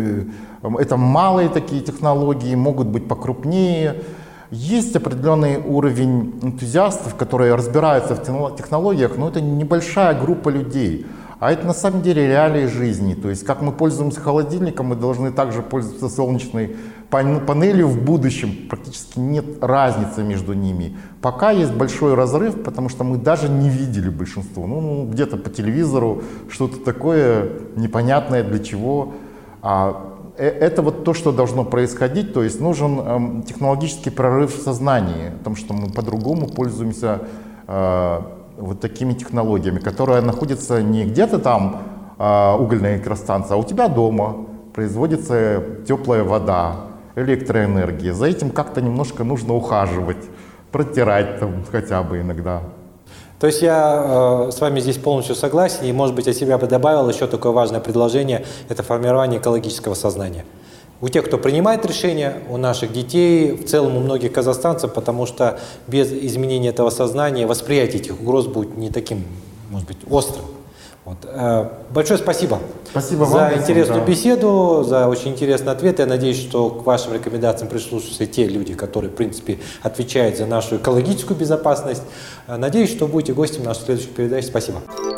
это малые такие технологии, могут быть покрупнее. Есть определенный уровень энтузиастов, которые разбираются в технологиях, но это небольшая группа людей. А это на самом деле реалии жизни. То есть как мы пользуемся холодильником, мы должны также пользоваться солнечной панелью в будущем. Практически нет разницы между ними. Пока есть большой разрыв, потому что мы даже не видели большинство. Ну где-то по телевизору что-то такое непонятное для чего. Это вот то, что должно происходить, то есть нужен технологический прорыв в сознании, о том, что мы по-другому пользуемся вот такими технологиями, которые находятся не где-то там угольная электростанция, а у тебя дома производится теплая вода, электроэнергия. За этим как-то немножко нужно ухаживать, протирать там хотя бы иногда. То есть я с вами здесь полностью согласен, и, может быть, от себя бы добавил еще такое важное предложение – это формирование экологического сознания. У тех, кто принимает решения, у наших детей, в целом у многих казахстанцев, потому что без изменения этого сознания восприятие этих угроз будет не таким, может быть, острым. Вот. Большое спасибо, за интересную беседу, за очень интересный ответ. Я надеюсь, что к вашим рекомендациям прислушаются те люди, которые, в принципе, отвечают за нашу экологическую безопасность. Надеюсь, что будете гостем нашей следующей передачи. Спасибо.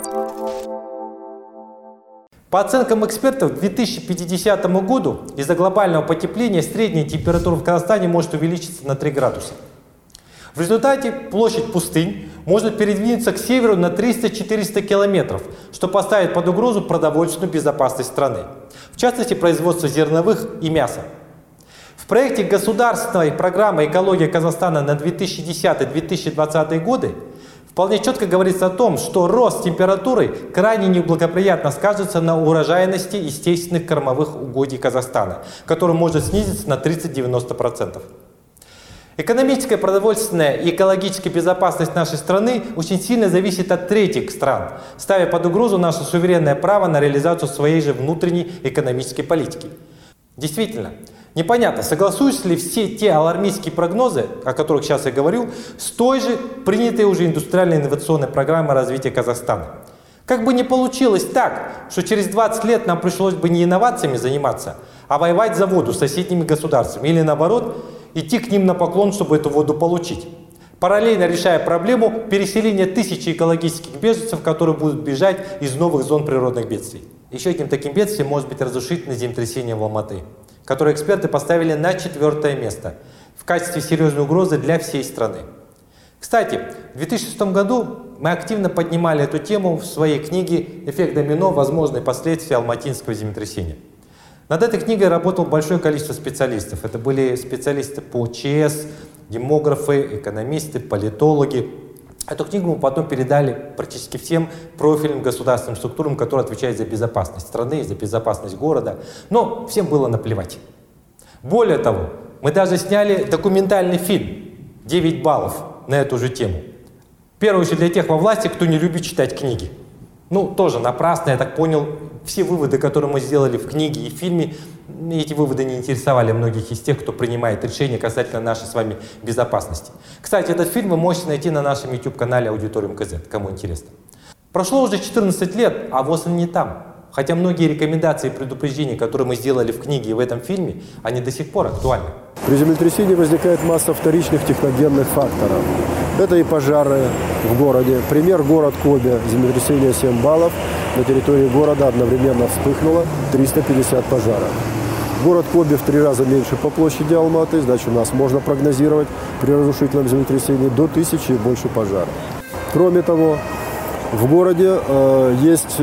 По оценкам экспертов, к 2050 году из-за глобального потепления средняя температура в Казахстане может увеличиться на 3 градуса. В результате площадь пустынь может передвинуться к северу на 300-400 километров, что поставит под угрозу продовольственную безопасность страны, в частности производство зерновых и мяса. В проекте государственной программы «Экология Казахстана» на 2010-2020 годы вполне четко говорится о том, что рост температуры крайне неблагоприятно скажется на урожайности естественных кормовых угодий Казахстана, который может снизиться на 30-90%. Экономическая, продовольственная и экологическая безопасность нашей страны очень сильно зависит от третьих стран, ставя под угрозу наше суверенное право на реализацию своей же внутренней экономической политики. Действительно, непонятно, согласуются ли все те алармистские прогнозы, о которых сейчас я говорю, с той же принятой уже индустриальной инновационной программой развития Казахстана. Как бы ни получилось так, что через 20 лет нам пришлось бы не инновациями заниматься, а воевать за воду с соседними государствами или наоборот, идти к ним на поклон, чтобы эту воду получить. Параллельно решая проблему переселения тысячи экологических беженцев, которые будут бежать из новых зон природных бедствий. Еще одним таким бедствием может быть разрушительное землетрясение в Алматы, которое эксперты поставили на 4-е место в качестве серьезной угрозы для всей страны. Кстати, в 2006 году мы активно поднимали эту тему в своей книге «Эффект домино. Возможные последствия алматинского землетрясения». Над этой книгой работало большое количество специалистов. Это были специалисты по ЧС, демографы, экономисты, политологи. Эту книгу мы потом передали практически всем профильным государственным структурам, которые отвечают за безопасность страны, за безопасность города. Но всем было наплевать. Более того, мы даже сняли документальный фильм «9 баллов» на эту же тему. В первую очередь для тех во власти, кто не любит читать книги. Ну, тоже напрасно, я так понял, все выводы, которые мы сделали в книге и в фильме, эти выводы не интересовали многих из тех, кто принимает решения касательно нашей с вами безопасности. Кстати, этот фильм вы можете найти на нашем YouTube-канале Auditorium KZ, кому интересно. Прошло уже 14 лет, а ВОЗ не там. Хотя многие рекомендации и предупреждения, которые мы сделали в книге и в этом фильме, они до сих пор актуальны. При землетрясении возникает масса вторичных техногенных факторов. Это и пожары в городе. Пример: город Коби. Землетрясение 7 баллов. На территории города одновременно вспыхнуло 350 пожаров. Город Коби в 3 раза меньше по площади Алматы, значит, у нас можно прогнозировать при разрушительном землетрясении до 1000 и больше пожаров. Кроме того, в городе есть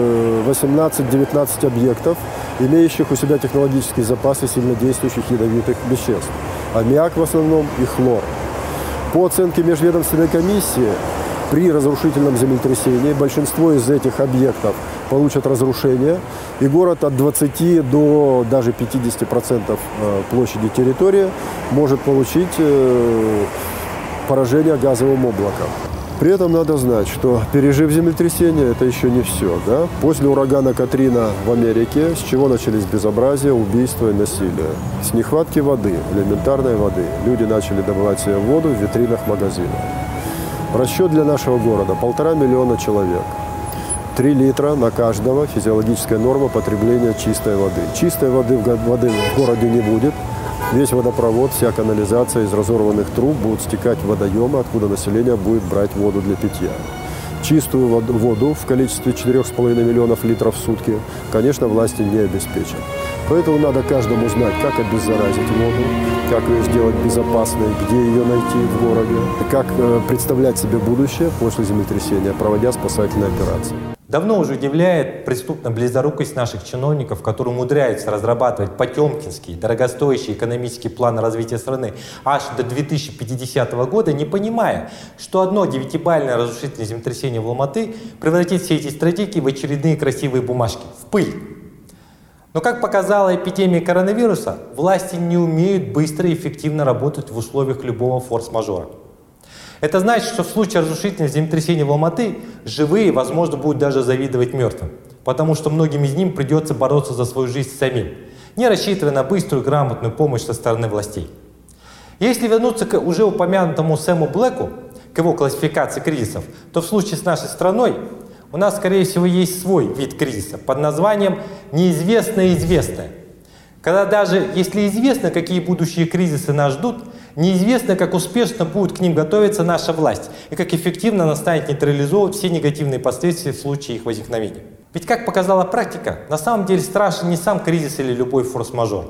18-19 объектов, имеющих у себя технологические запасы сильнодействующих ядовитых веществ. Аммиак в основном и хлор. По оценке межведомственной комиссии, при разрушительном землетрясении большинство из этих объектов получат разрушение, и город от 20 до даже 50% площади территории может получить поражение газовым облаком. При этом надо знать, что пережив землетрясение, это еще не все. Да? После урагана Катрина в Америке, с чего начались безобразия, убийства и насилие? С нехватки воды, элементарной воды. Люди начали добывать себе воду в витринах магазинов. Расчет для нашего города – 1,5 миллиона человек. 3 литра на каждого физиологическая норма потребления чистой воды. Чистой воды в городе не будет. Весь водопровод, вся канализация из разорванных труб будут стекать в водоемы, откуда население будет брать воду для питья. Чистую воду в количестве 4,5 миллионов литров в сутки, конечно, власти не обеспечат. Поэтому надо каждому знать, как обеззаразить воду, как ее сделать безопасной, где ее найти в городе, как представлять себе будущее после землетрясения, проводя спасательные операции. Давно уже удивляет преступная близорукость наших чиновников, которые умудряются разрабатывать потемкинские, дорогостоящие экономические планы развития страны аж до 2050 года, не понимая, что одно 9-бальное разрушительное землетрясение в Алматы превратит все эти стратегии в очередные красивые бумажки, в пыль. Но, как показала эпидемия коронавируса, власти не умеют быстро и эффективно работать в условиях любого форс-мажора. Это значит, что в случае разрушительного землетрясения в Алматы живые, возможно, будут даже завидовать мертвым, потому что многим из них придется бороться за свою жизнь самим, не рассчитывая на быструю, грамотную помощь со стороны властей. Если вернуться к уже упомянутому Сэму Блэку, к его классификации кризисов, то в случае с нашей страной у нас, скорее всего, есть свой вид кризиса под названием «неизвестное известное». Когда даже если известно, какие будущие кризисы нас ждут, неизвестно, как успешно будет к ним готовиться наша власть и как эффективно она станет нейтрализовывать все негативные последствия в случае их возникновения. Ведь, как показала практика, на самом деле страшен не сам кризис или любой форс-мажор,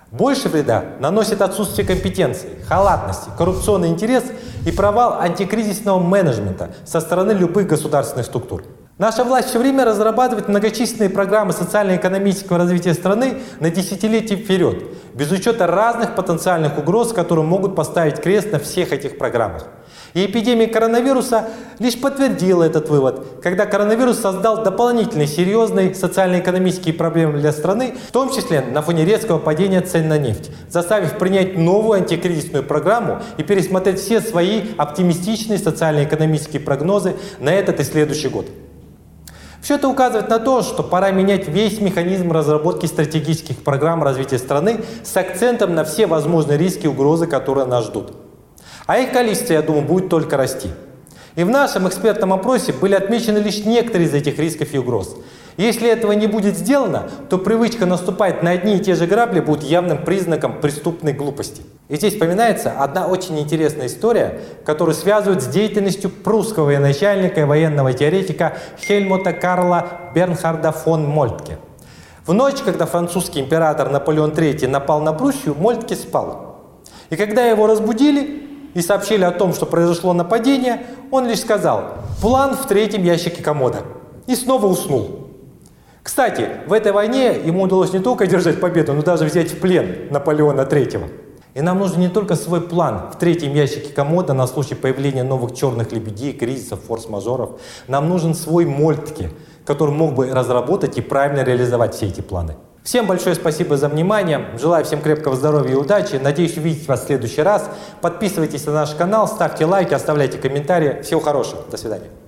Больше вреда наносит отсутствие компетенции, халатности, коррупционный интерес и провал антикризисного менеджмента со стороны любых государственных структур. Наша власть все время разрабатывает многочисленные программы социально-экономического развития страны на десятилетия вперед, без учета разных потенциальных угроз, которые могут поставить крест на всех этих программах. И эпидемия коронавируса лишь подтвердила этот вывод, когда коронавирус создал дополнительные серьезные социально-экономические проблемы для страны, в том числе на фоне резкого падения цен на нефть, заставив принять новую антикризисную программу и пересмотреть все свои оптимистичные социально-экономические прогнозы на этот и следующий год. Все это указывает на то, что пора менять весь механизм разработки стратегических программ развития страны с акцентом на все возможные риски и угрозы, которые нас ждут. А их количество, я думаю, будет только расти. И в нашем экспертном опросе были отмечены лишь некоторые из этих рисков и угроз. Если этого не будет сделано, то привычка наступать на одни и те же грабли будет явным признаком преступной глупости. И здесь вспоминается одна очень интересная история, которую связывают с деятельностью прусского военачальника и военного теоретика Хельмута Карла Бернхарда фон Мольтке. В ночь, когда французский император Наполеон III напал на Пруссию, Мольтке спал. И когда его разбудили и сообщили о том, что произошло нападение, он лишь сказал: «План в третьем ящике комода». И снова уснул. Кстати, в этой войне ему удалось не только одержать победу, но даже взять в плен Наполеона III. И нам нужен не только свой план в третьем ящике комода на случай появления новых черных лебедей, кризисов, форс-мажоров. Нам нужен свой Мольтке, который мог бы разработать и правильно реализовать все эти планы. Всем большое спасибо за внимание. Желаю всем крепкого здоровья и удачи. Надеюсь увидеть вас в следующий раз. Подписывайтесь на наш канал, ставьте лайки, оставляйте комментарии. Всего хорошего. До свидания.